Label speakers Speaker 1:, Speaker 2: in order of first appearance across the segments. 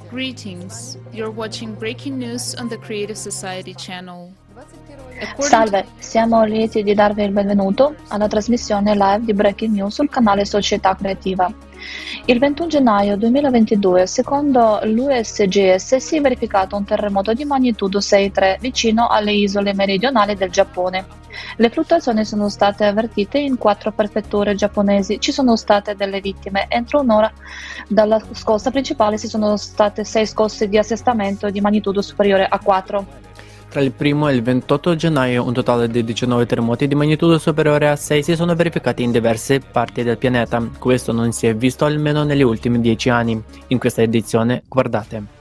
Speaker 1: Greetings. You're watching Breaking News on the Creative Society channel.
Speaker 2: Salve, siamo lieti di darvi il benvenuto alla trasmissione live di Breaking News sul canale Società Creativa. Il 21 gennaio 2022, secondo l'USGS, si è verificato un terremoto di magnitudo 6,3 vicino alle isole meridionali del Giappone. Le fluttuazioni sono state avvertite in 4 prefetture giapponesi. Ci sono state delle vittime. Entro un'ora dalla scossa principale ci sono state 6 scosse di assestamento di magnitudo superiore a 4.
Speaker 3: Tra il 1 e il 28 gennaio un totale di 19 terremoti di magnitudo superiore a 6 si sono verificati in diverse parti del pianeta. Questo non si è visto almeno negli ultimi 10 anni. In questa edizione, guardate.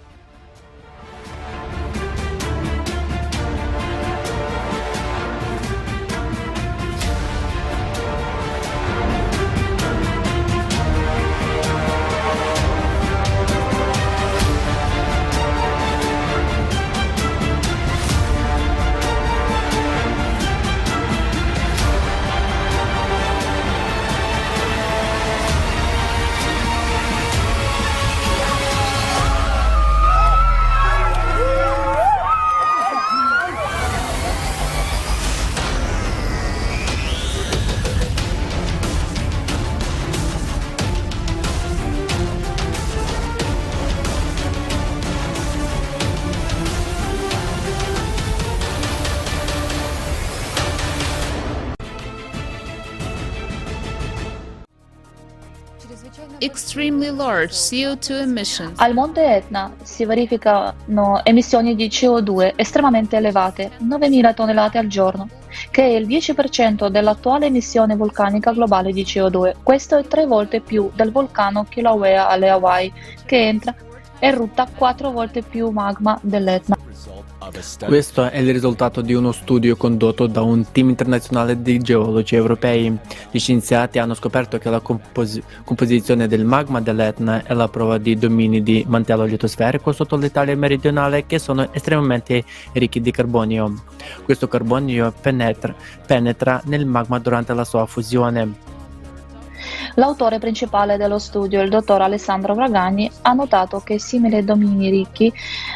Speaker 1: Extremely large CO2 emissions.
Speaker 2: Al monte Etna si verificano emissioni di CO2 estremamente elevate, 9.000 tonnellate al giorno, che è il 10% dell'attuale emissione vulcanica globale di CO2. Questo è 3 volte più del vulcano Kilauea alle Hawaii, che entra e erutta 4 volte più magma dell'Etna.
Speaker 3: Questo è il risultato di uno studio condotto da un team internazionale di geologi europei. Gli scienziati hanno scoperto che la composizione del magma dell'Etna è la prova di domini di mantello litosferico sotto l'Italia meridionale che sono estremamente ricchi di carbonio. Questo carbonio penetra nel magma durante la sua fusione.
Speaker 2: L'autore principale dello studio, il dottor Alessandro Fragagni, ha notato che simili domini ricchi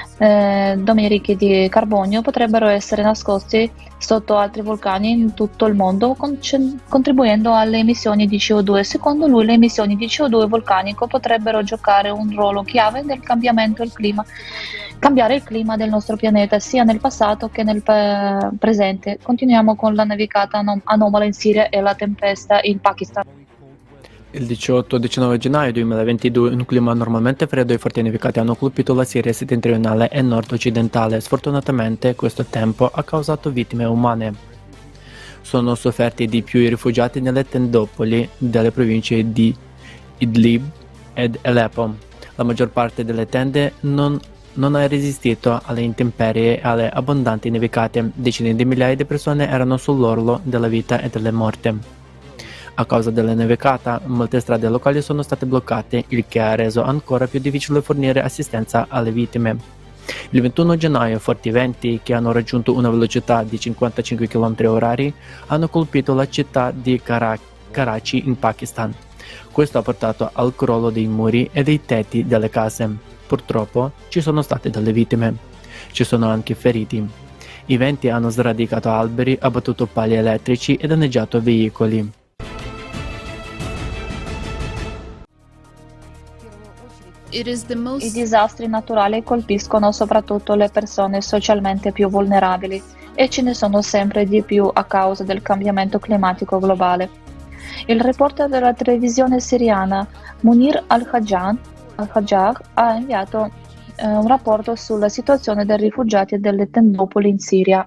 Speaker 2: di carbonio potrebbero essere nascosti sotto altri vulcani in tutto il mondo, contribuendo alle emissioni di CO2. Secondo lui, le emissioni di CO2 vulcanico potrebbero giocare un ruolo chiave nel cambiare il clima del nostro pianeta, sia nel passato che nel presente. Continuiamo con la nevicata anomala in Siria e la tempesta in Pakistan.
Speaker 3: Il 18-19 gennaio 2022 un clima normalmente freddo e forti nevicate hanno colpito la Siria settentrionale e nord-occidentale. Sfortunatamente questo tempo ha causato vittime umane. Sono sofferti di più i rifugiati nelle tendopoli delle province di Idlib ed Aleppo. La maggior parte delle tende non ha resistito alle intemperie e alle abbondanti nevicate. Decine di migliaia di persone erano sull'orlo della vita e della morte. A causa della nevicata, molte strade locali sono state bloccate, il che ha reso ancora più difficile fornire assistenza alle vittime. Il 21 gennaio forti venti, che hanno raggiunto una velocità di 55 km/h, hanno colpito la città di Karachi in Pakistan. Questo ha portato al crollo dei muri e dei tetti delle case. Purtroppo ci sono state delle vittime. Ci sono anche feriti. I venti hanno sradicato alberi, abbattuto pali elettrici e danneggiato veicoli.
Speaker 2: I disastri naturali colpiscono soprattutto le persone socialmente più vulnerabili e ce ne sono sempre di più a causa del cambiamento climatico globale. Il reporter della televisione siriana Munir Al-Hajjar ha inviato un rapporto sulla situazione dei rifugiati e delle tendopoli in Siria.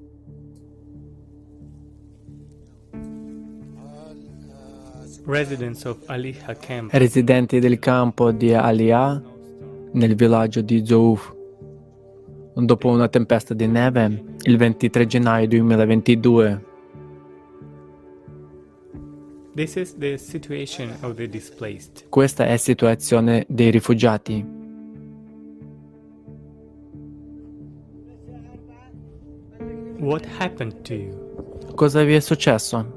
Speaker 3: Residenti del campo di Aliyah, nel villaggio di Zouf, dopo una tempesta di neve, il 23 gennaio 2022. Questa è la situazione dei rifugiati. Cosa vi è successo?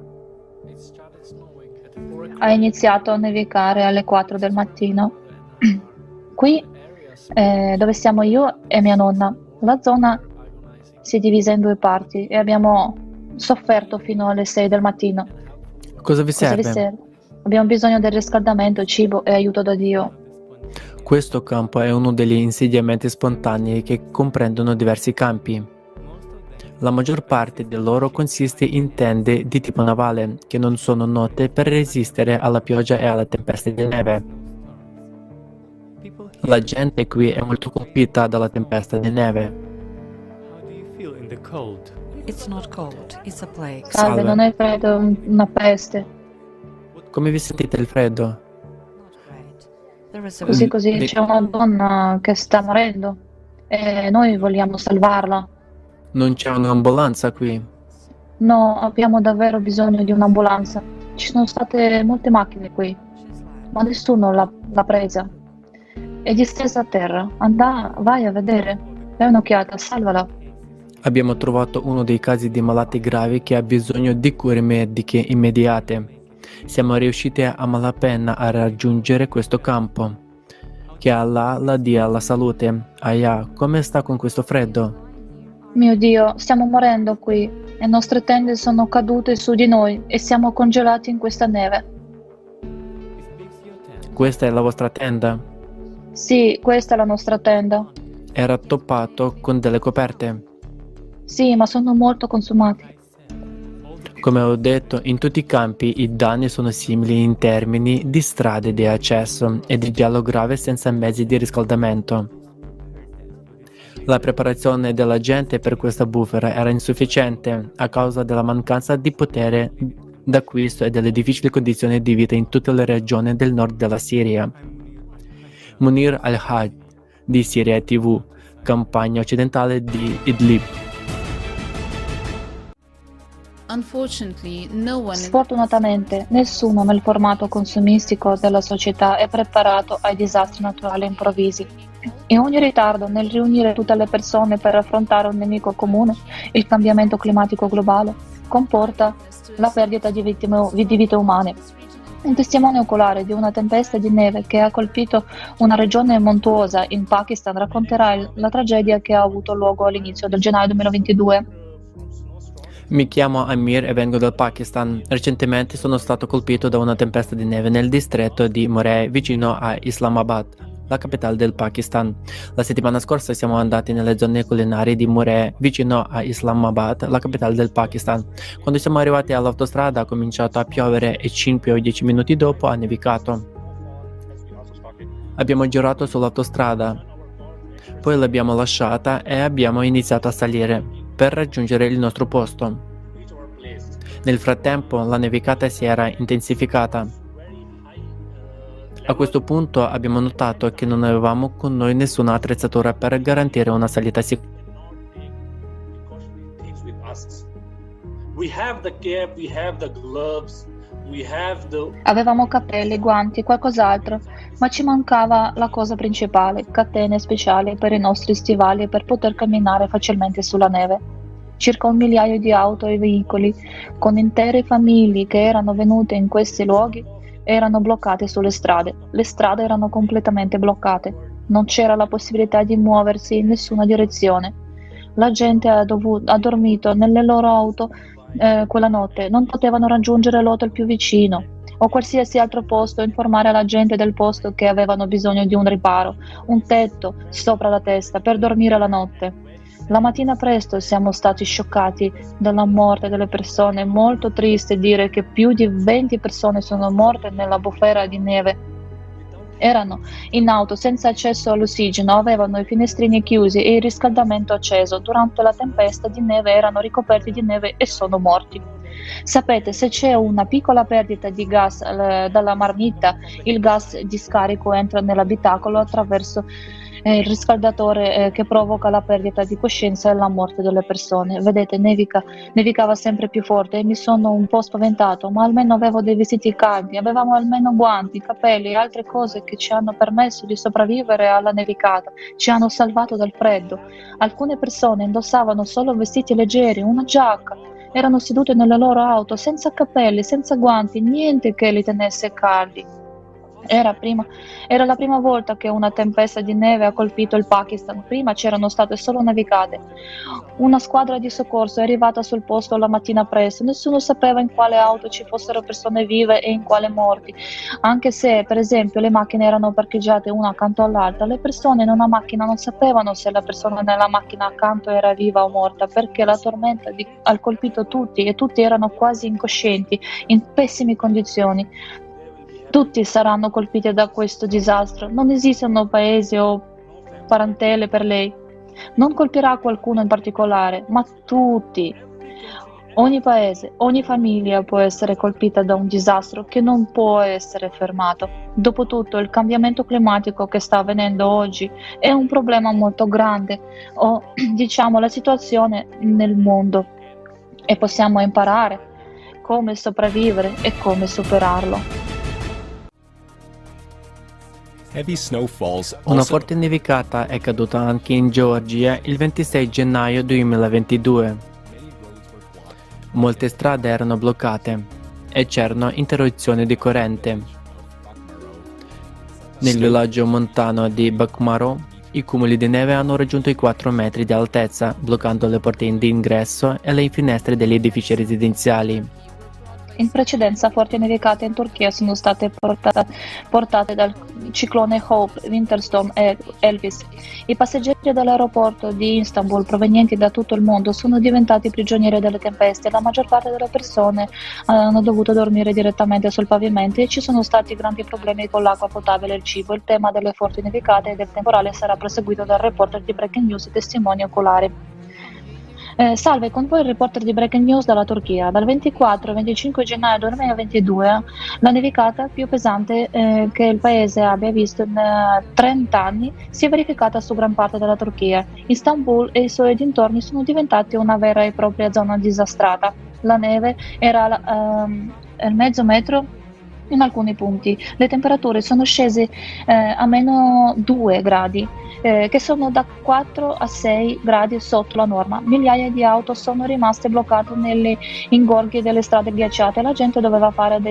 Speaker 2: Ha iniziato a nevicare alle 4 del mattino. Qui dove siamo io e mia nonna. La zona si è divisa in due parti e abbiamo sofferto fino alle 6 del mattino.
Speaker 3: Cosa vi
Speaker 2: Cosa vi
Speaker 3: serve?
Speaker 2: serve? Abbiamo bisogno del riscaldamento, cibo e aiuto da Dio.
Speaker 3: Questo campo è uno degli insediamenti spontanei che comprendono diversi campi. La maggior parte di loro consiste in tende di tipo navale, che non sono note per resistere alla pioggia e alle tempeste di neve. La gente qui è molto colpita dalla tempesta di neve.
Speaker 4: It's not cold, it's a plague.
Speaker 2: Salve, non è freddo, è una peste.
Speaker 3: Come vi sentite il freddo?
Speaker 4: Not great. There is a
Speaker 2: Così, c'è una donna che sta morendo e noi vogliamo salvarla.
Speaker 3: Non c'è un'ambulanza qui.
Speaker 2: No, abbiamo davvero bisogno di un'ambulanza. Ci sono state molte macchine qui, ma nessuno l'ha presa. È distesa a terra. Vai a vedere. Dai un'occhiata, salvala.
Speaker 3: Abbiamo trovato uno dei casi di malati gravi che ha bisogno di cure mediche immediate. Siamo riusciti a malapena a raggiungere questo campo. Che Allah la dia la salute. Aya, come sta con questo freddo?
Speaker 2: Mio Dio, stiamo morendo qui. Le nostre tende sono cadute su di noi e siamo congelati in questa neve.
Speaker 3: Questa è la vostra tenda?
Speaker 2: Sì, questa è la nostra tenda.
Speaker 3: Era toppato con delle coperte.
Speaker 2: Sì, ma sono molto consumati.
Speaker 3: Come ho detto, in tutti i campi i danni sono simili in termini di strade di accesso e di giallo grave senza mezzi di riscaldamento. La preparazione della gente per questa bufera era insufficiente a causa della mancanza di potere d'acquisto e delle difficili condizioni di vita in tutte le regioni del nord della Siria. Munir al-Hajj di Siria TV, campagna occidentale di Idlib.
Speaker 1: Unfortunately, no one in
Speaker 2: Sfortunatamente, nessuno nel formato consumistico della società è preparato ai disastri naturali improvvisi. E ogni ritardo nel riunire tutte le persone per affrontare un nemico comune, il cambiamento climatico globale, comporta la perdita di vite umane. Un testimone oculare di una tempesta di neve che ha colpito una regione montuosa in Pakistan racconterà la tragedia che ha avuto luogo all'inizio del gennaio 2022.
Speaker 3: Mi chiamo Amir e vengo dal Pakistan. Recentemente sono stato colpito da una tempesta di neve nel distretto di Moreh, vicino a Islamabad, la capitale del Pakistan. La settimana scorsa siamo andati nelle zone collinari di Moreh, vicino a Islamabad, la capitale del Pakistan. Quando siamo arrivati all'autostrada ha cominciato a piovere e 5 o 10 minuti dopo ha nevicato. Abbiamo girato sull'autostrada, poi l'abbiamo lasciata e abbiamo iniziato a salire per raggiungere il nostro posto. Nel frattempo la nevicata si era intensificata. A questo punto abbiamo notato che non avevamo con noi nessuna attrezzatura per garantire una salita sicura.
Speaker 2: Avevamo cappelli, guanti, qualcos'altro, ma ci mancava la cosa principale, catene speciali per i nostri stivali per poter camminare facilmente sulla neve. Circa 1 migliaio di auto e veicoli, con intere famiglie che erano venute in questi luoghi, erano bloccate sulle strade. Le strade erano completamente bloccate. Non c'era la possibilità di muoversi in nessuna direzione. La gente ha dormito nelle loro auto quella notte, non potevano raggiungere l'hotel più vicino o qualsiasi altro posto, informare alla gente del posto che avevano bisogno di un riparo, un tetto sopra la testa per dormire la notte. La mattina presto siamo stati scioccati dalla morte delle persone, molto triste dire che più di 20 persone sono morte nella bufera di neve. Erano in auto senza accesso all'ossigeno, avevano i finestrini chiusi e il riscaldamento acceso. Durante la tempesta di neve erano ricoperti di neve e sono morti. Sapete, se c'è una piccola perdita di gas dalla marmitta, il gas di scarico entra nell'abitacolo attraverso il riscaldatore che provoca la perdita di coscienza e la morte delle persone. Vedete, nevicava sempre più forte e mi sono un po' spaventato, ma almeno avevo dei vestiti caldi, avevamo almeno guanti, capelli e altre cose che ci hanno permesso di sopravvivere alla nevicata, ci hanno salvato dal freddo. Alcune persone indossavano solo vestiti leggeri, una giacca, erano sedute nelle loro auto senza capelli, senza guanti, niente che li tenesse caldi. Era la prima volta che una tempesta di neve ha colpito il Pakistan. Prima c'erano state solo nevicate. Una squadra di soccorso è arrivata sul posto la mattina presto. Nessuno sapeva in quale auto ci fossero persone vive e in quale morti. Anche se, per esempio, le macchine erano parcheggiate una accanto all'altra, le persone in una macchina non sapevano se la persona nella macchina accanto era viva o morta, perché la tormenta ha colpito tutti e tutti erano quasi incoscienti, in pessime condizioni. Tutti saranno colpiti da questo disastro. Non esistono paesi o parentele per lei. Non colpirà qualcuno in particolare, ma tutti. Ogni paese, ogni famiglia può essere colpita da un disastro che non può essere fermato. Dopotutto, il cambiamento climatico che sta avvenendo oggi è un problema molto grande, o diciamo la situazione nel mondo, e possiamo imparare come sopravvivere e come superarlo.
Speaker 3: Una forte nevicata è caduta anche in Georgia il 26 gennaio 2022. Molte strade erano bloccate e c'erano interruzioni di corrente. Nel villaggio montano di Bakhmaro, i cumuli di neve hanno raggiunto i 4 metri di altezza, bloccando le porte d'ingresso e le finestre degli edifici residenziali.
Speaker 2: In precedenza, forti nevicate in Turchia sono state portate dal ciclone Hope, Winterstorm e Elvis. I passeggeri dell'aeroporto di Istanbul provenienti da tutto il mondo sono diventati prigionieri delle tempeste. La maggior parte delle persone hanno dovuto dormire direttamente sul pavimento e ci sono stati grandi problemi con l'acqua potabile e il cibo. Il tema delle forti nevicate e del temporale sarà proseguito dal reporter di Breaking News e testimoni oculari. Salve, con voi il reporter di Breaking News dalla Turchia. Dal 24 al 25 gennaio 2022 la nevicata più pesante che il paese abbia visto in 30 anni si è verificata su gran parte della Turchia. Istanbul e i suoi dintorni sono diventati una vera e propria zona disastrata. La neve era il mezzo metro in alcuni punti. Le temperature sono scese a meno 2 gradi, che sono da 4 a 6 gradi sotto la norma. Migliaia di auto sono rimaste bloccate negli ingorghi delle strade ghiacciate. La gente doveva fare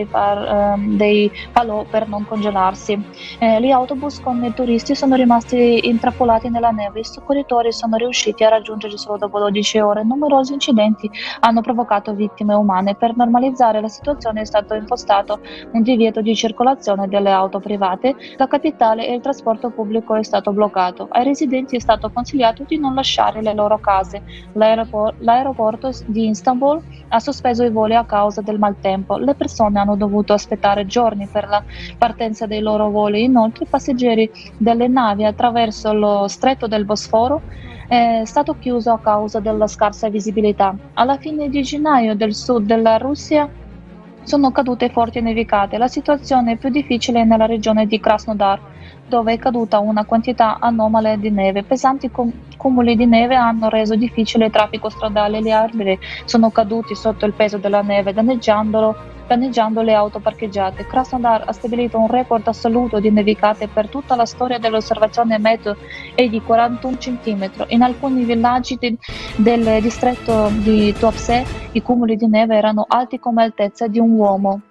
Speaker 2: dei falò per non congelarsi. Gli autobus con i turisti sono rimasti intrappolati nella neve. I soccorritori sono riusciti a raggiungerli solo dopo 12 ore. Numerosi incidenti hanno provocato vittime umane. Per normalizzare la situazione è stato impostato un divieto di circolazione delle auto private. La capitale e il trasporto pubblico è stato bloccato. Ai residenti è stato consigliato di non lasciare le loro case. L'aeroporto di Istanbul ha sospeso i voli a causa del maltempo. Le persone hanno dovuto aspettare giorni per la partenza dei loro voli. Inoltre, i passeggeri delle navi attraverso lo stretto del Bosforo è stato chiuso a causa della scarsa visibilità. Alla fine di gennaio del sud della Russia sono cadute forti nevicate. La situazione è più difficile nella regione di Krasnodar, dove è caduta una quantità anomala di neve. Pesanti cumuli di neve hanno reso difficile il traffico stradale. Gli alberi sono caduti sotto il peso della neve, danneggiando le auto parcheggiate. Krasnodar ha stabilito un record assoluto di nevicate per tutta la storia dell'osservazione meteo e di 41 cm. In alcuni villaggi del distretto di Tuapse i cumuli di neve erano alti come altezza di un uomo.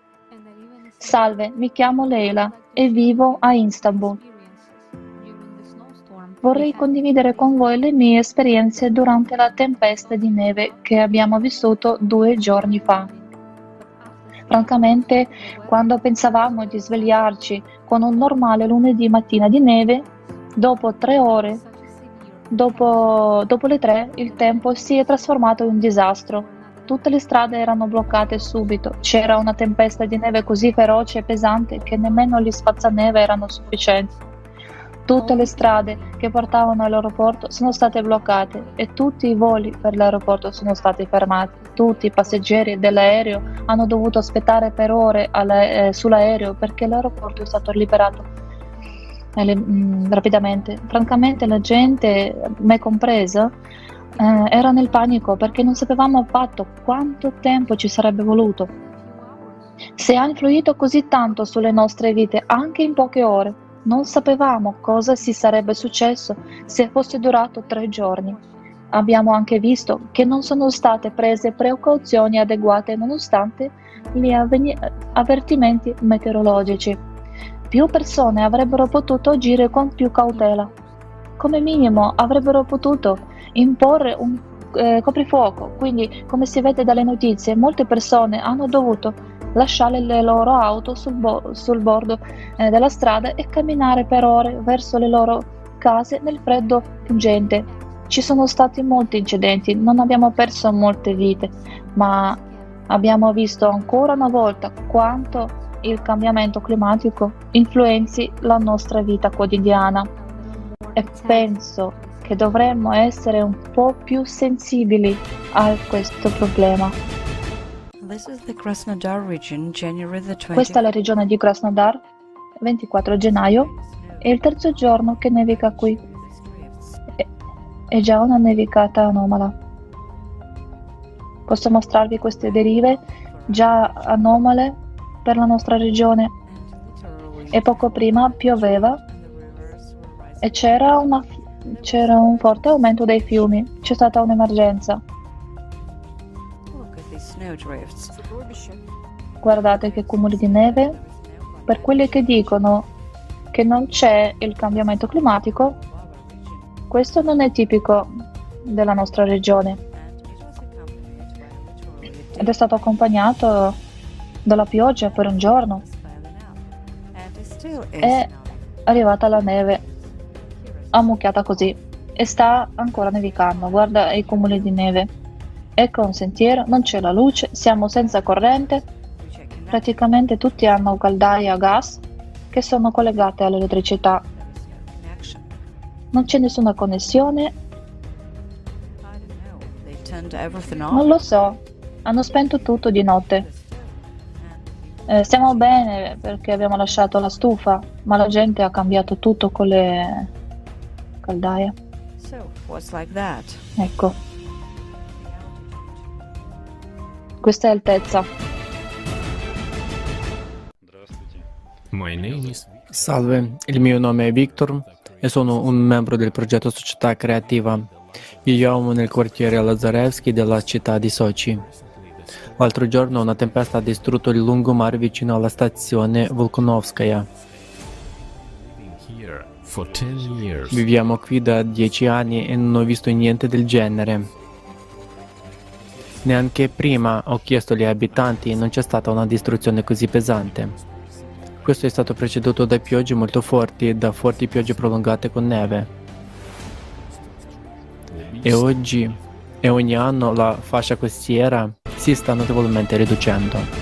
Speaker 2: Salve, mi chiamo Leila e vivo a Istanbul. Vorrei condividere con voi le mie esperienze durante la tempesta di neve che abbiamo vissuto 2 giorni fa. Francamente, quando pensavamo di svegliarci con un normale lunedì mattina di neve, dopo 3 ore, dopo le 3, il tempo si è trasformato in un disastro. Tutte le strade erano bloccate subito. C'era una tempesta di neve così feroce e pesante che nemmeno gli spazzaneve erano sufficienti. Tutte le strade che portavano all'aeroporto sono state bloccate e tutti i voli per l'aeroporto sono stati fermati. Tutti i passeggeri dell'aereo hanno dovuto aspettare per ore sull'aereo perché l'aeroporto è stato liberato rapidamente. Francamente la gente, me compresa, era nel panico perché non sapevamo affatto quanto tempo ci sarebbe voluto. Se ha influito così tanto sulle nostre vite, anche in poche ore, non sapevamo cosa si sarebbe successo se fosse durato 3 giorni. Abbiamo anche visto che non sono state prese precauzioni adeguate nonostante gli avvertimenti meteorologici. più persone avrebbero potuto agire con più cautela. Come minimo avrebbero potuto imporre un coprifuoco. Quindi, come si vede dalle notizie, molte persone hanno dovuto lasciare le loro auto sul bordo della strada e camminare per ore verso le loro case nel freddo pungente. Ci sono stati molti incidenti, non abbiamo perso molte vite, ma abbiamo visto ancora una volta quanto il cambiamento climatico influenzi la nostra vita quotidiana. E penso che dovremmo essere un po' più sensibili a questo problema.
Speaker 4: This is the Krasnodar region, January the 20th.
Speaker 2: Questa è la regione di Krasnodar, 24 gennaio, è il terzo giorno che nevica qui. È già una nevicata anomala. Posso mostrarvi queste derive già anomale per la nostra regione. E poco prima pioveva e c'era un forte aumento dei fiumi. C'è stata un'emergenza.
Speaker 4: Look at these snowdrifts.
Speaker 2: Guardate che cumuli di neve. Per quelli che dicono che non c'è il cambiamento climatico, questo non è tipico della nostra regione. Ed è stato accompagnato dalla pioggia per un giorno. È arrivata la neve, ammucchiata così, e sta ancora nevicando. Guarda i cumuli di neve. Ecco un sentiero, non c'è la luce, siamo senza corrente. Praticamente tutti hanno caldaie a gas che sono collegate all'elettricità. Non c'è nessuna connessione. Non lo so, hanno spento tutto di notte. Stiamo bene perché abbiamo lasciato la stufa, ma la gente ha cambiato tutto con le caldaie. Ecco. Questa è altezza.
Speaker 3: Salve, il mio nome è Victor e sono un membro del progetto Società Creativa. Viviamo nel quartiere Lazarevsky della città di Sochi. L'altro giorno una tempesta ha distrutto il lungomare vicino alla stazione Volkonovskaya. Viviamo qui da 10 anni e non ho visto niente del genere. Neanche prima ho chiesto agli abitanti e non c'è stata una distruzione così pesante. Questo è stato preceduto da piogge molto forti e da forti piogge prolungate con neve. E oggi e ogni anno la fascia costiera si sta notevolmente riducendo.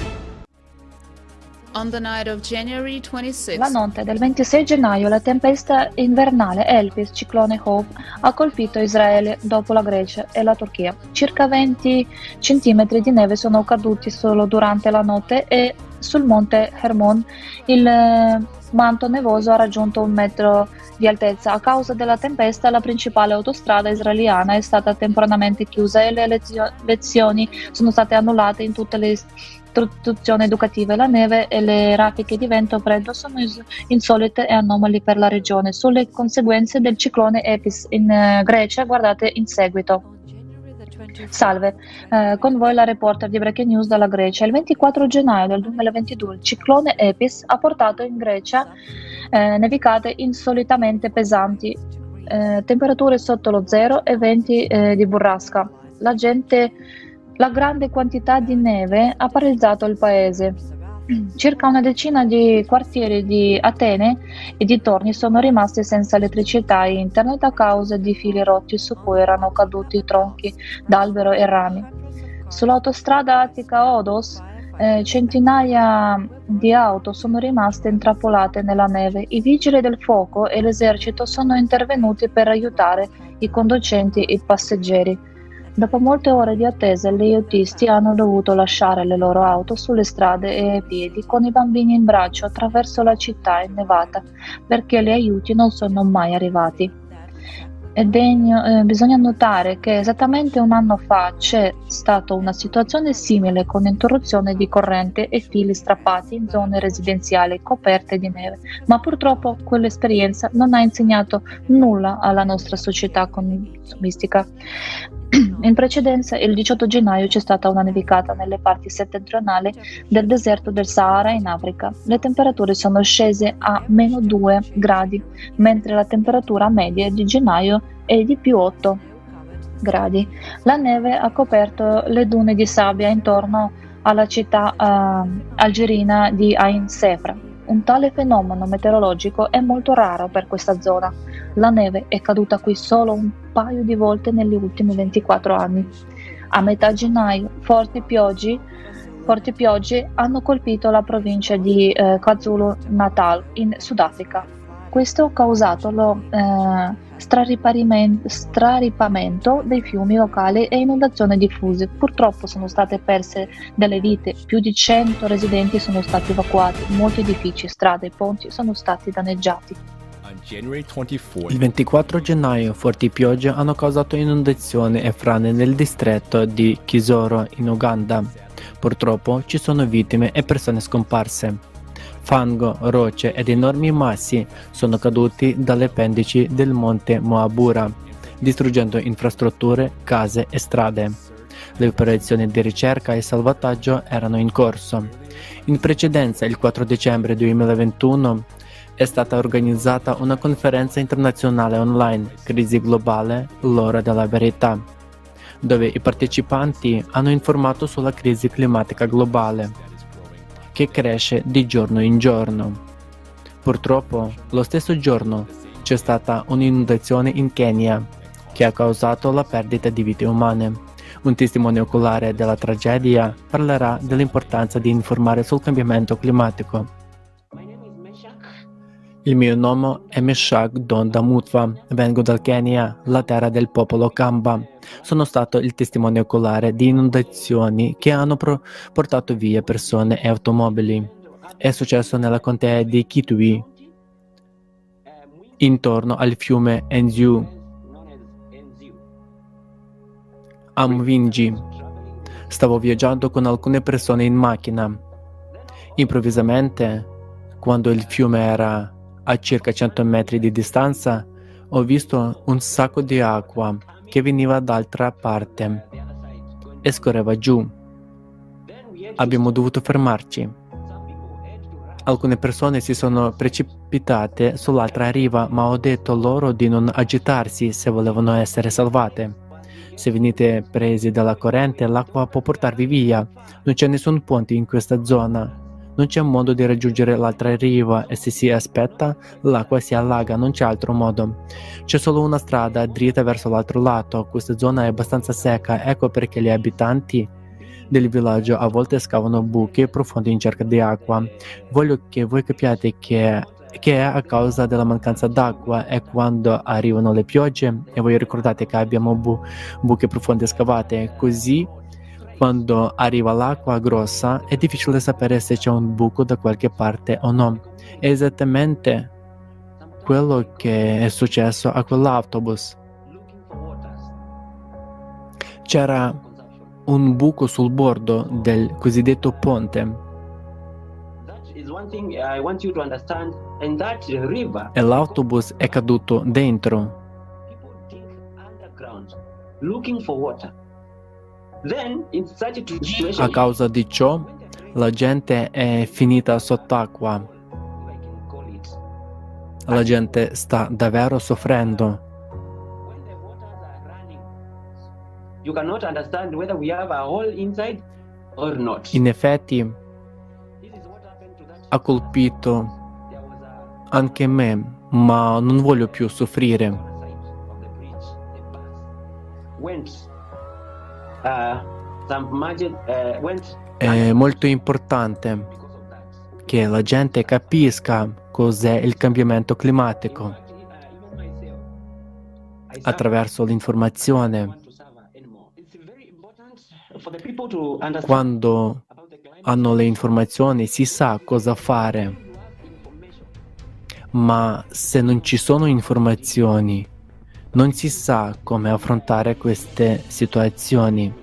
Speaker 1: On the night of January 26th,
Speaker 2: La notte del 26 gennaio la tempesta invernale Elpis, ciclone Hope, ha colpito Israele dopo la Grecia e la Turchia. Circa 20 centimetri di neve sono caduti solo durante la notte e sul monte Hermon il manto nevoso ha raggiunto 1 metro di altezza. A causa della tempesta la principale autostrada israeliana è stata temporaneamente chiusa e le lezioni sono state annullate in tutte le istituzioni educative. La neve e le raffiche di vento freddo sono insolite e anomali per la regione. Sulle conseguenze del ciclone Epis in Grecia guardate in seguito. Salve, con voi la reporter di Breaking News dalla Grecia. Il 24 gennaio del 2022 il ciclone Epis ha portato in Grecia nevicate insolitamente pesanti, temperature sotto lo zero e venti di burrasca. La grande quantità di neve ha paralizzato il paese. Circa una decina di quartieri di Atene e dintorni sono rimasti senza elettricità e internet a causa di fili rotti su cui erano caduti tronchi d'albero e rami. Sull'autostrada Attica-Odos centinaia di auto sono rimaste intrappolate nella neve. I vigili del fuoco e l'esercito sono intervenuti per aiutare i conducenti e i passeggeri. Dopo molte ore di attesa, gli autisti hanno dovuto lasciare le loro auto sulle strade e ai piedi con i bambini in braccio attraverso la città innevata perché gli aiuti non sono mai arrivati. Bisogna notare che esattamente un anno fa c'è stata una situazione simile con interruzione di corrente e fili strappati in zone residenziali coperte di neve, ma purtroppo quell'esperienza non ha insegnato nulla alla nostra società consumistica. In precedenza, il 18 gennaio c'è stata una nevicata nelle parti settentrionali del deserto del Sahara in Africa. Le temperature sono scese a -2 gradi, mentre la temperatura media di gennaio è di +8 gradi. La neve ha coperto le dune di sabbia intorno alla città algerina di Ain Sefra. Un tale fenomeno meteorologico è molto raro per questa zona. La neve è caduta qui solo un paio di volte negli ultimi 24 anni. A metà gennaio, forti piogge hanno colpito la provincia di KwaZulu-Natal in Sudafrica. Questo ha causato lo straripamento dei fiumi locali e inondazioni diffuse. Purtroppo sono state perse delle vite, più di 100 residenti sono stati evacuati, molti edifici, strade e ponti sono stati danneggiati.
Speaker 3: Il 24 gennaio forti piogge hanno causato inondazioni e frane nel distretto di Kisoro in Uganda. Purtroppo ci sono vittime e persone scomparse. Fango, rocce ed enormi massi sono caduti dalle pendici del monte Moabura, distruggendo infrastrutture, case e strade. Le operazioni di ricerca e salvataggio erano in corso. In precedenza, il 4 dicembre 2021, è stata organizzata una conferenza internazionale online, Crisi globale, l'ora della verità, dove i partecipanti hanno informato sulla crisi climatica globale, che cresce di giorno in giorno. Purtroppo, lo stesso giorno c'è stata un'inondazione in Kenya che ha causato la perdita di vite umane. Un testimone oculare della tragedia parlerà dell'importanza di informare sul cambiamento climatico. Il mio nome è Meshach Donda Mutwa, vengo dal Kenya, la terra del popolo Kamba. Sono stato il testimone oculare di inondazioni che hanno portato via persone e automobili. È successo nella contea di Kitui, intorno al fiume Enziu, a Mvinji. Stavo viaggiando con alcune persone in macchina. Improvvisamente, quando il fiume era a circa 100 metri di distanza, ho visto un sacco di acqua che veniva dall'altra parte e scorreva giù. Abbiamo dovuto fermarci. Alcune persone si sono precipitate sull'altra riva, ma ho detto loro di non agitarsi se volevano essere salvate. Se venite presi dalla corrente, l'acqua può portarvi via. Non c'è nessun ponte in questa zona. Non c'è modo di raggiungere l'altra riva e se si aspetta, l'acqua si allaga, non c'è altro modo. C'è solo una strada dritta verso l'altro lato. Questa zona è abbastanza secca, ecco perché gli abitanti del villaggio a volte scavano buchi profondi in cerca di acqua. Voglio che voi capiate che è a causa della mancanza d'acqua e quando arrivano le piogge e voi ricordate che abbiamo buche profonde scavate, così quando arriva l'acqua grossa è difficile sapere se c'è un buco da qualche parte o no. È esattamente quello che è successo a quell'autobus. C'era un buco sul bordo del cosiddetto ponte. E l'autobus è caduto dentro. A causa di ciò, la gente è finita sott'acqua. La gente sta davvero soffrendo. In effetti, ha colpito anche me, ma non voglio più soffrire. È molto importante che la gente capisca cos'è il cambiamento climatico attraverso l'informazione. Quando hanno le informazioni si sa cosa fare, ma se non ci sono informazioni non si sa come affrontare queste situazioni.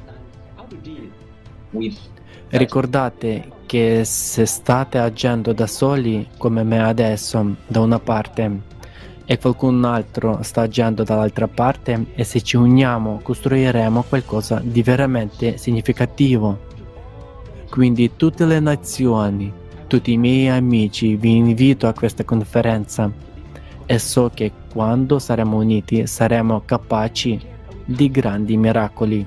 Speaker 3: Ricordate che se state agendo da soli come me adesso, da una parte, e qualcun altro sta agendo dall'altra parte, e se ci uniamo costruiremo qualcosa di veramente significativo. Quindi tutte le nazioni, tutti i miei amici, vi invito a questa conferenza e so che quando saremo uniti saremo capaci di grandi miracoli.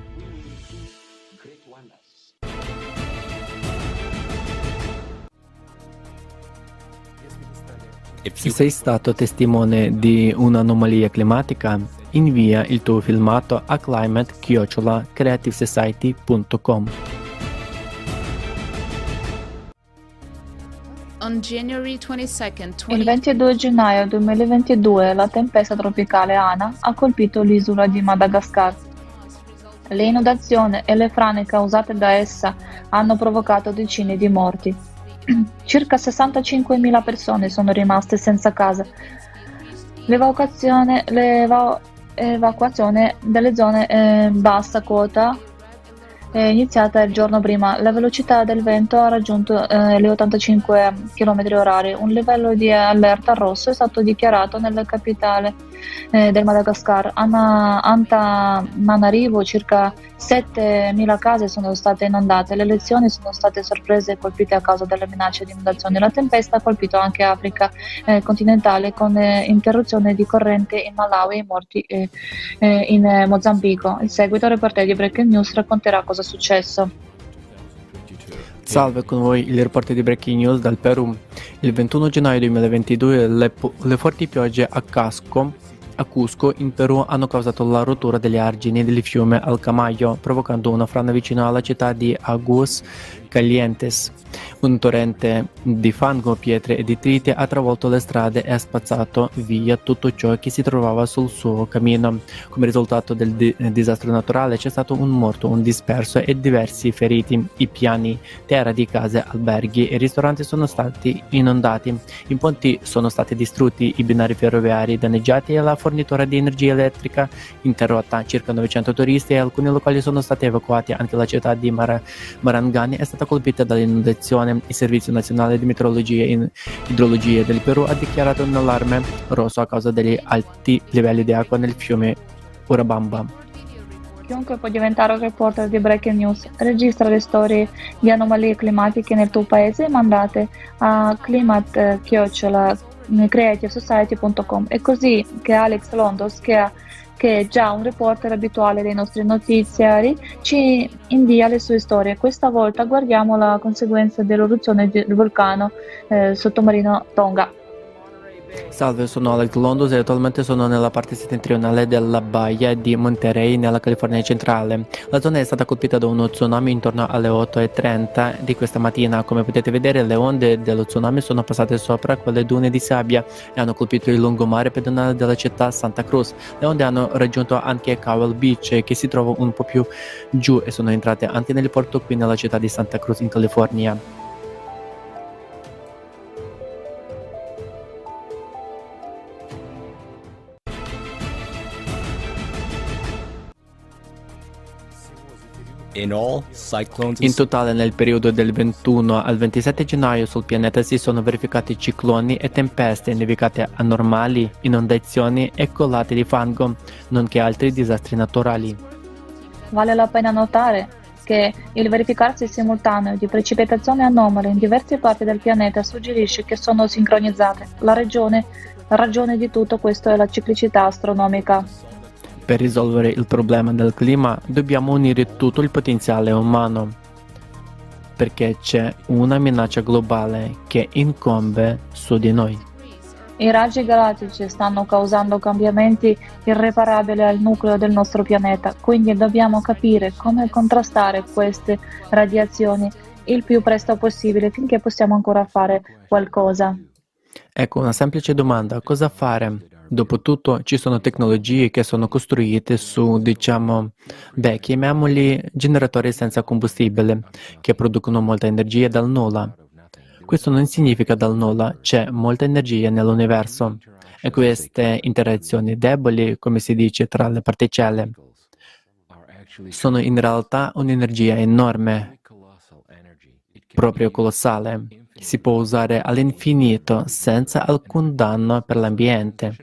Speaker 3: Se sei stato testimone di un'anomalia climatica, invia il tuo filmato a climate@creativesociety.com.
Speaker 1: On January 22nd,
Speaker 2: Il 22 gennaio 2022 la tempesta tropicale Ana ha colpito l'isola di Madagascar. Le inondazioni e le frane causate da essa hanno provocato decine di morti. Circa 65.000 persone sono rimaste senza casa. L'evacuazione delle zone bassa quota è iniziata il giorno prima. La velocità del vento ha raggiunto gli 85 km/h. Un livello di allerta rosso è stato dichiarato nella capitale del Madagascar, Antananarivo. Circa 7.000 case sono state inondate. Le lezioni sono state sorprese e colpite a causa delle minacce di inondazioni. La tempesta ha colpito anche Africa continentale, con interruzione di corrente in Malawi e morti in Mozambico. In seguito il reporter di Breaking News racconterà cosa è successo.
Speaker 3: Salve, con voi il reporter di Breaking News dal Perù. Il 21 gennaio 2022 le forti piogge a Cusco in Perù hanno causato la rottura delle argini del fiume Alcamayo, provocando una frana vicino alla città di Aguas Calientes. Un torrente di fango, pietre e detriti ha travolto le strade e ha spazzato via tutto ciò che si trovava sul suo cammino. Come risultato del disastro naturale c'è stato un morto, un disperso e diversi feriti. I piani terra di case, alberghi e ristoranti sono stati inondati. I ponti sono stati distrutti, i binari ferroviari danneggiati e la fornitura di energia elettrica interrotta. Circa 900 turisti e alcuni locali sono stati evacuati. Anche la città di Marangani è stata colpita dall'inondazione. Il Servizio Nazionale di Meteorologia e Idrologia del Perù ha dichiarato un allarme rosso a causa degli alti livelli di acqua nel fiume Urubamba.
Speaker 2: Chiunque può diventare un reporter di Breaking News. Registra le storie di anomalie climatiche nel tuo paese e mandate a climate@creativesociety.com. È così che Alex Londos, che è già un reporter abituale dei nostri notiziari, ci invia le sue storie. Questa volta guardiamo la conseguenza dell'eruzione del vulcano sottomarino Tonga.
Speaker 3: Salve, sono Alex Londos e attualmente sono nella parte settentrionale della baia di Monterey, nella California centrale. La zona è stata colpita da uno tsunami intorno alle 8:30 di questa mattina. Come potete vedere, le onde dello tsunami sono passate sopra quelle dune di sabbia e hanno colpito il lungomare pedonale della città Santa Cruz. Le onde hanno raggiunto anche Cowell Beach, che si trova un po' più giù, e sono entrate anche nel porto qui nella città di Santa Cruz in California. In totale, nel periodo del 21 al 27 gennaio sul pianeta si sono verificati cicloni e tempeste, nevicate anormali, inondazioni e colate di fango, nonché altri disastri naturali.
Speaker 2: Vale la pena notare che il verificarsi simultaneo di precipitazioni anomale in diverse parti del pianeta suggerisce che sono sincronizzate. La ragione di tutto questo è la ciclicità astronomica.
Speaker 3: Per risolvere il problema del clima dobbiamo unire tutto il potenziale umano, perché c'è una minaccia globale che incombe su di noi.
Speaker 2: I raggi galattici stanno causando cambiamenti irreparabili al nucleo del nostro pianeta, quindi dobbiamo capire come contrastare queste radiazioni il più presto possibile finché possiamo ancora fare qualcosa.
Speaker 3: Ecco una semplice domanda: cosa fare? Dopotutto ci sono tecnologie che sono costruite su, chiamiamoli generatori senza combustibile, che producono molta energia dal nulla. Questo non significa dal nulla, c'è molta energia nell'universo e queste interazioni deboli, come si dice, tra le particelle, sono in realtà un'energia enorme, proprio colossale. Si può usare all'infinito senza alcun danno per l'ambiente.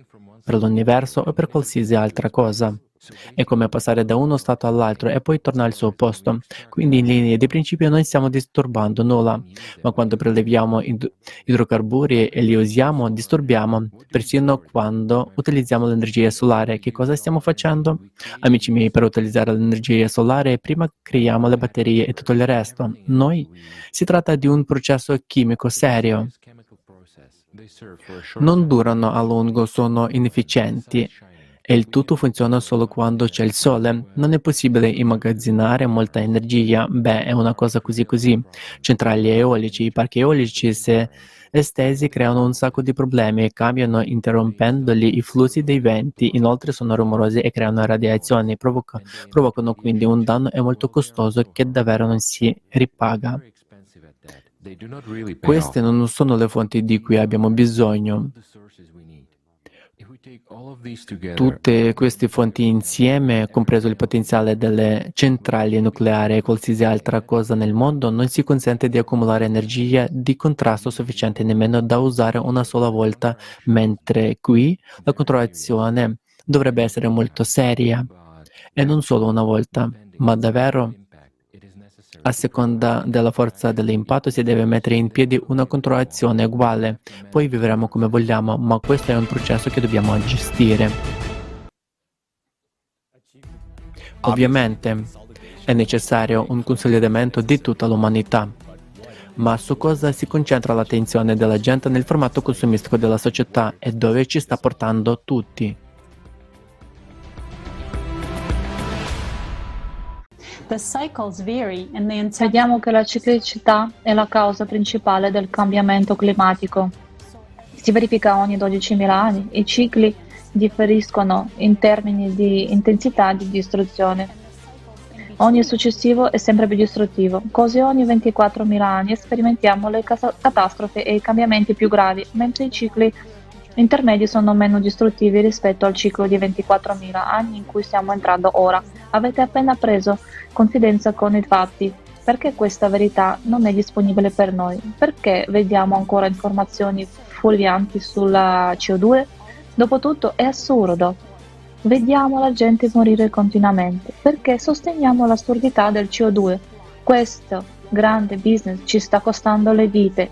Speaker 3: per l'universo o per qualsiasi altra cosa. È come passare da uno stato all'altro e poi tornare al suo posto. Quindi in linea di principio non stiamo disturbando nulla, ma quando preleviamo idrocarburi e li usiamo, disturbiamo. Persino quando utilizziamo l'energia solare, che cosa stiamo facendo? Amici miei, per utilizzare l'energia solare, prima creiamo le batterie e tutto il resto. Si tratta di un processo chimico serio. Non durano a lungo, sono inefficienti. E il tutto funziona solo quando c'è il sole. Non è possibile immagazzinare molta energia. Beh, è una cosa così così. Centrali eolici, i parchi eolici, se estesi, creano un sacco di problemi e cambiano interrompendoli i flussi dei venti. Inoltre sono rumorosi e creano radiazioni. Provocano quindi un danno molto costoso che davvero non si ripaga. Queste non sono le fonti di cui abbiamo bisogno. Tutte queste fonti insieme, compreso il potenziale delle centrali nucleari e qualsiasi altra cosa nel mondo, non si consente di accumulare energia di contrasto sufficiente nemmeno da usare una sola volta, mentre qui la controazione dovrebbe essere molto seria. E non solo una volta, ma davvero. A seconda della forza dell'impatto si deve mettere in piedi una controazione uguale. Poi vivremo come vogliamo, ma questo è un processo che dobbiamo gestire. Ovviamente è necessario un consolidamento di tutta l'umanità. Ma su cosa si concentra l'attenzione della gente nel formato consumistico della società e dove ci sta portando tutti?
Speaker 2: Vediamo che la ciclicità è la causa principale del cambiamento climatico. Si verifica ogni 12.000 anni. I cicli differiscono in termini di intensità di distruzione. Ogni successivo è sempre più distruttivo. Così ogni 24.000 anni sperimentiamo le catastrofi e i cambiamenti più gravi, mentre i cicli intermedi sono meno distruttivi rispetto al ciclo di 24.000 anni in cui stiamo entrando ora. Avete appena preso confidenza con i fatti. Perché questa verità non è disponibile per noi? Perché vediamo ancora informazioni fuorvianti sulla CO2? Dopotutto è assurdo. Vediamo la gente morire continuamente. Perché sosteniamo l'assurdità del CO2? Questo grande business ci sta costando le vite.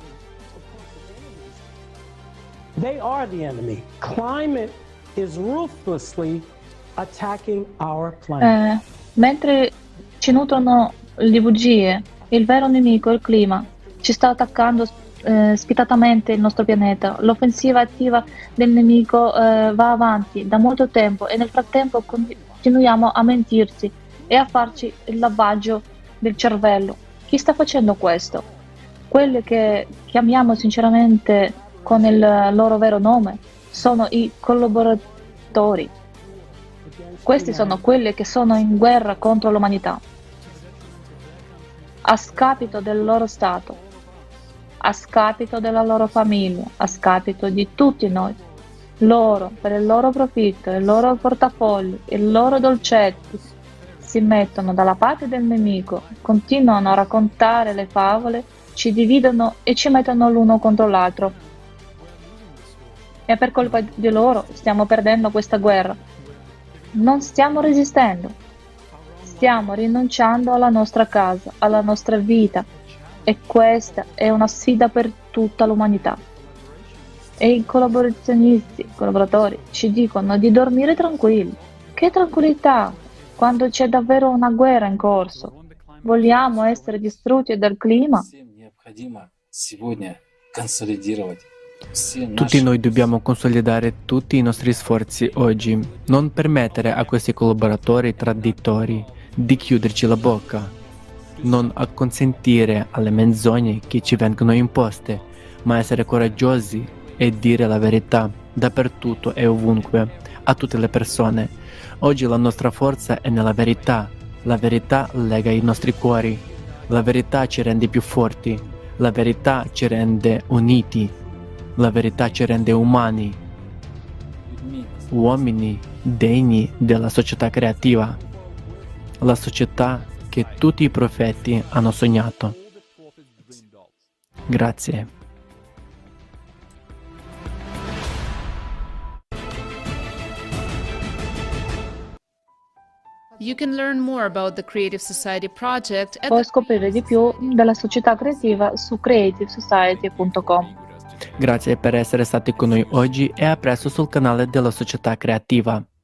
Speaker 5: They are the enemy. Climate is ruthlessly attacking our planet.
Speaker 2: Mentre ci nutrono di bugie, il vero nemico, il clima, ci sta attaccando spietatamente il nostro pianeta. L'offensiva attiva del nemico va avanti da molto tempo e nel frattempo continuiamo a mentirci e a farci il lavaggio del cervello. Chi sta facendo questo? Quelli che chiamiamo sinceramente con il loro vero nome sono i collaboratori. Questi sono quelli che sono in guerra contro l'umanità, a scapito del loro Stato, a scapito della loro famiglia, a scapito di tutti noi. Loro, per il loro profitto, il loro portafoglio, i loro dolcetti, si mettono dalla parte del nemico, continuano a raccontare le favole, ci dividono e ci mettono l'uno contro l'altro. E per colpa di loro stiamo perdendo questa guerra. Non stiamo resistendo. Stiamo rinunciando alla nostra casa, alla nostra vita. E questa è una sfida per tutta l'umanità. E i collaboratori ci dicono di dormire tranquilli. Che tranquillità, quando c'è davvero una guerra in corso. Vogliamo essere distrutti dal clima?
Speaker 3: Tutti noi dobbiamo consolidare tutti i nostri sforzi oggi, non permettere a questi collaboratori traditori di chiuderci la bocca, non acconsentire alle menzogne che ci vengono imposte, ma essere coraggiosi e dire la verità dappertutto e ovunque, a tutte le persone. Oggi la nostra forza è nella verità, la verità lega i nostri cuori, la verità ci rende più forti, la verità ci rende uniti. La verità ci rende umani, uomini degni della società creativa, la società che tutti i profeti hanno sognato. Grazie.
Speaker 1: You can learn more about the Creative Society project at
Speaker 2: Puoi scoprire di più della società creativa su creativesociety.com.
Speaker 3: Grazie per essere stati con noi oggi e a presto sul canale della Società Creativa.